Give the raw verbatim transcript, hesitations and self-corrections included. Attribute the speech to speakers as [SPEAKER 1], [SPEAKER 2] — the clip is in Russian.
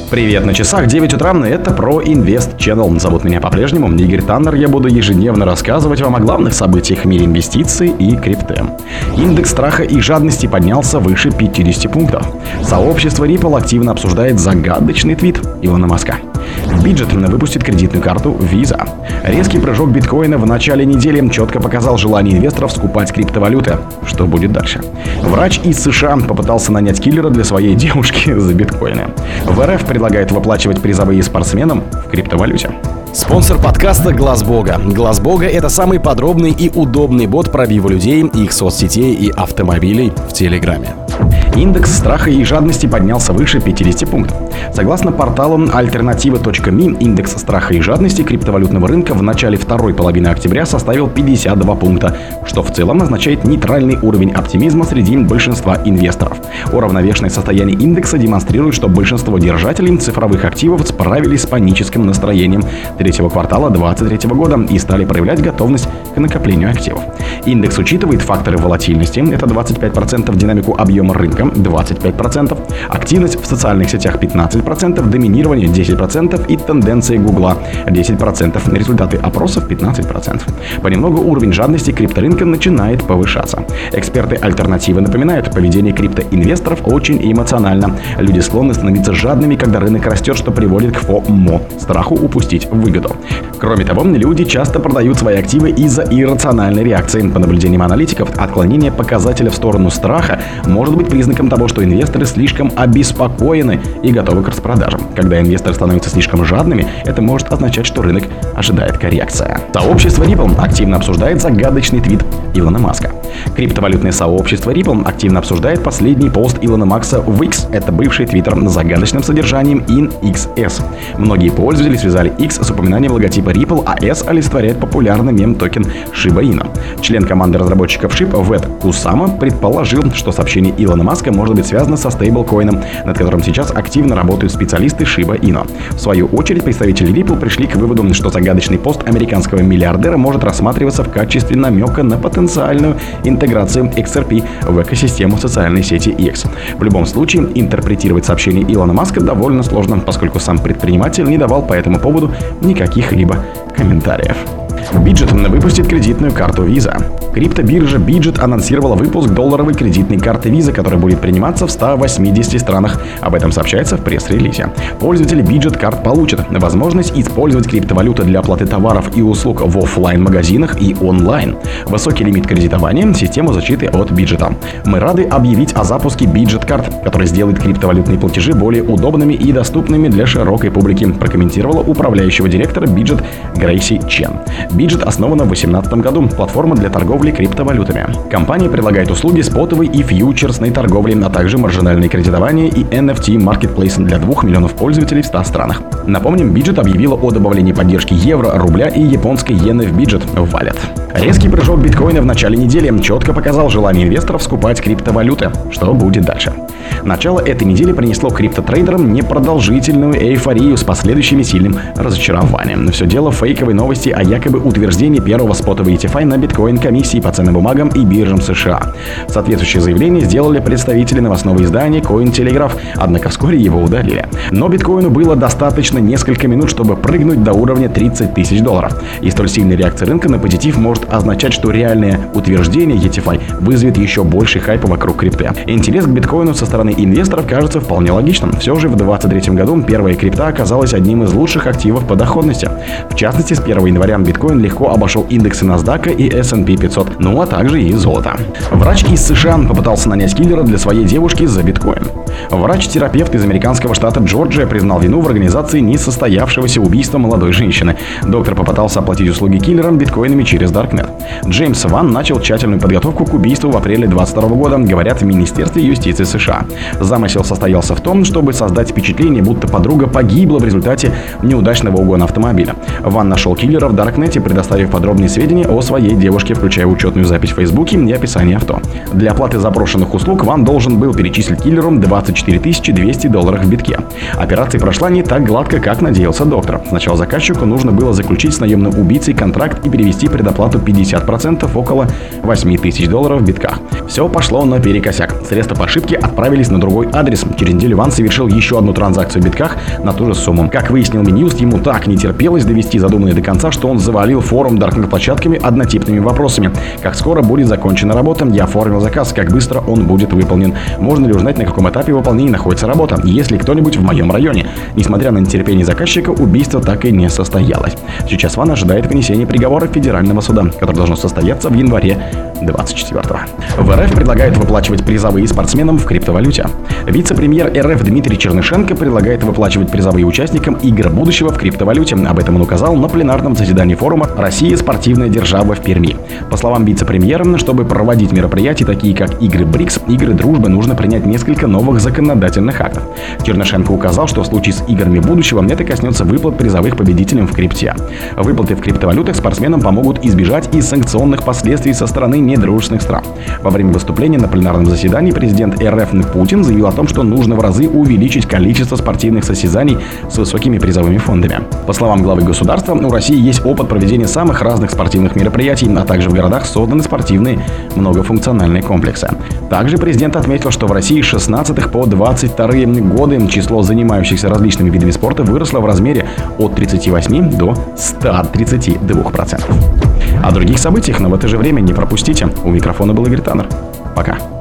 [SPEAKER 1] Привет, на часах девять утра, это про Invest Channel. Зовут меня по-прежнему Игорь Таннер. Я буду ежедневно рассказывать вам о главных событиях в мире инвестиций и крипты. Индекс страха и жадности поднялся выше пятидесяти пунктов. Сообщество Ripple активно обсуждает загадочный твит Илона Маска. Биджет выпустит кредитную карту Visa. Резкий прыжок биткоина в начале недели четко показал желание инвесторов скупать криптовалюты. Что будет дальше? Врач из США попытался нанять киллера для своей девушки за биткоины. В эр эф предлагает выплачивать призовые спортсменам в криптовалюте.
[SPEAKER 2] Спонсор подкаста Глаз Бога. Глаз Бога — это самый подробный и удобный бот пробива людей, их соцсетей и автомобилей в Телеграме.
[SPEAKER 1] Индекс страха и жадности поднялся выше пятидесяти пунктов. Согласно порталу альтернатива точка ми, индекс страха и жадности криптовалютного рынка в начале второй половины октября составил пятьдесят два пункта, что в целом означает нейтральный уровень оптимизма среди большинства инвесторов. Уравновешенное состояние индекса демонстрирует, что большинство держателей цифровых активов справились с паническим настроением третьего квартала две тысячи двадцать третьего года и стали проявлять готовность к накоплению активов. Индекс учитывает факторы волатильности, это двадцать пять процентов, динамику объема рынка двадцать пять процентов, активность в социальных сетях пятнадцать процентов, доминирование десять процентов и тенденции Гугла десять процентов, результаты опросов пятнадцать процентов. Понемногу уровень жадности крипторынка начинает повышаться. Эксперты альтернативы напоминают, поведение криптоинвесторов очень эмоционально. Люди склонны становиться жадными, когда рынок растет, что приводит к фомо – страху упустить выгоду. Кроме того, люди часто продают свои активы из-за иррациональной реакции. По наблюдениям аналитиков, отклонение показателя в сторону страха может быть признаком того, что инвесторы слишком обеспокоены и готовы к распродажам. Когда инвесторы становятся слишком жадными, это может означать, что рынок ожидает коррекция. Сообщество Ripple активно обсуждает загадочный твит Илона Маска. Криптовалютное сообщество Ripple активно обсуждает последний пост Илона Маска в X. Это бывший твиттер с загадочным содержанием ин икс эс. Многие пользователи связали X с упоминанием логотипа Ripple, а S олицетворяет популярный мем-токен Shiba Inu. Член команды разработчиков шип Вэд Кусама предположил, что сообщение Илона Маска может быть связано со стейблкоином, над которым сейчас активно работают специалисты Shiba Inu. В свою очередь, представители Ripple пришли к выводу, что загадочный пост американского миллиардера может рассматриваться в качестве намека на потенциальную интеграцию икс ар пи в экосистему социальной сети X. В любом случае, интерпретировать сообщение Илона Маска довольно сложно, поскольку сам предприниматель не давал по этому поводу никаких либо комментариев. Биджет выпустит кредитную карту Visa. Криптобиржа Биджет анонсировала выпуск долларовой кредитной карты Visa, которая будет приниматься в ста восьмидесяти странах. Об этом сообщается в пресс-релизе. Пользователи Биджет карт получат возможность использовать криптовалюту для оплаты товаров и услуг в офлайн-магазинах и онлайн. Высокий лимит кредитования, систему защиты от Биджета. Мы рады объявить о запуске Биджет карт, который сделает криптовалютные платежи более удобными и доступными для широкой публики, прокомментировала управляющего директора Биджет Грейси Чен. Биджет основана в две тысячи восемнадцатом году, платформа для торговли криптовалютами. Компания предлагает услуги спотовой и фьючерсной торговли, а также маржинальное кредитование и эн эф ти-маркетплейс для двух миллионов пользователей в ста странах. Напомним, Биджет объявила о добавлении поддержки евро, рубля и японской иены в Биджет Wallet. Резкий прыжок биткоина в начале недели четко показал желание инвесторов скупать криптовалюты. Что будет дальше? Начало этой недели принесло криптотрейдерам непродолжительную эйфорию с последующим сильным разочарованием. Все дело в фейковой новости о якобы утверждении первого спотового и ти эф ай на биткоин комиссии по ценным бумагам и биржам США. Соответствующее заявление сделали представители новостного издания Cointelegraph, однако вскоре его удалили. Но биткоину было достаточно несколько минут, чтобы прыгнуть до уровня тридцать тысяч долларов. И столь сильная реакция рынка на позитив может означать, что реальное утверждение и ти эф ай вызовет еще больше хайпа вокруг крипты. Интерес к биткоину со стороны инвесторов кажется вполне логичным. Все же в две тысячи двадцать третьем году первая крипта оказалась одним из лучших активов по доходности. В частности, с первого января биткоин легко обошел индексы NASDAQ и эс энд пи пятьсот, ну а также и золото. Врач из США попытался нанять киллера для своей девушки за биткоин. Врач-терапевт из американского штата Джорджия признал вину в организации несостоявшегося убийства молодой женщины. Доктор попытался оплатить услуги киллерам биткоинами через Darknet. Джеймс Ван начал тщательную подготовку к убийству в апреле две тысячи двадцать второго года, говорят в Министерстве юстиции США. Замысел состоялся в том, чтобы создать впечатление, будто подруга погибла в результате неудачного угона автомобиля. Ван нашел киллера в Даркнете мероприятия, предоставив подробные сведения о своей девушке, включая учетную запись в Фейсбуке и описание авто. Для оплаты запрошенных услуг Ван должен был перечислить киллеру двадцать четыре тысячи двести долларов в битке. Операция прошла не так гладко, как надеялся доктор. Сначала заказчику нужно было заключить с наемным убийцей контракт и перевести предоплату пятьдесят процентов, около восемь тысяч долларов в битках. Все пошло наперекосяк. Средства по ошибке отправились на другой адрес. Через неделю Ван совершил еще одну транзакцию в битках на ту же сумму. Как выяснил Минюст, ему так не терпелось довести задуманное до конца, что он завалил форум даркнет-площадками однотипными вопросами. Как скоро будет закончена работа? Я оформил заказ. Как быстро он будет выполнен? Можно ли узнать, на каком этапе выполнения находится работа? Есть ли кто-нибудь в моем районе? Несмотря на нетерпение заказчика, убийство так и не состоялось. Сейчас Ван ожидает вынесения приговора федерального суда, который должно состояться в январе двадцать четвёртого. В РФ предлагают выплачивать призовые спортсменам в криптовалюте. Вице-премьер РФ Дмитрий Чернышенко предлагает выплачивать призовые участникам игр будущего в криптовалюте. Об этом он указал на пленарном заседании форума «Россия. Спортивная держава» в Перми. По словам вице-премьера, чтобы проводить мероприятия, такие как игры БРИКС, игры дружбы, нужно принять несколько новых законодательных актов. Чернышенко указал, что в случае с играми будущего это коснется выплат призовых победителям в крипте. Выплаты в криптовалютах спортсменам помогут избежать и санкционных последствий со стороны недружественных стран. Во время выступления на пленарном заседании президент РФ Путин заявил о том, что нужно в разы увеличить количество спортивных состязаний с высокими призовыми фондами. По словам главы государства, у России есть опыт проведения самых разных спортивных мероприятий, а также в городах созданы спортивные многофункциональные комплексы. Также президент отметил, что в России с шестнадцатых по двадцать вторые годы число занимающихся различными видами спорта выросло в размере от тридцати восьми до ста тридцати двух процентов. О других событиях, но в это же время не пропустите. У микрофона был Игорь Таннер. Пока.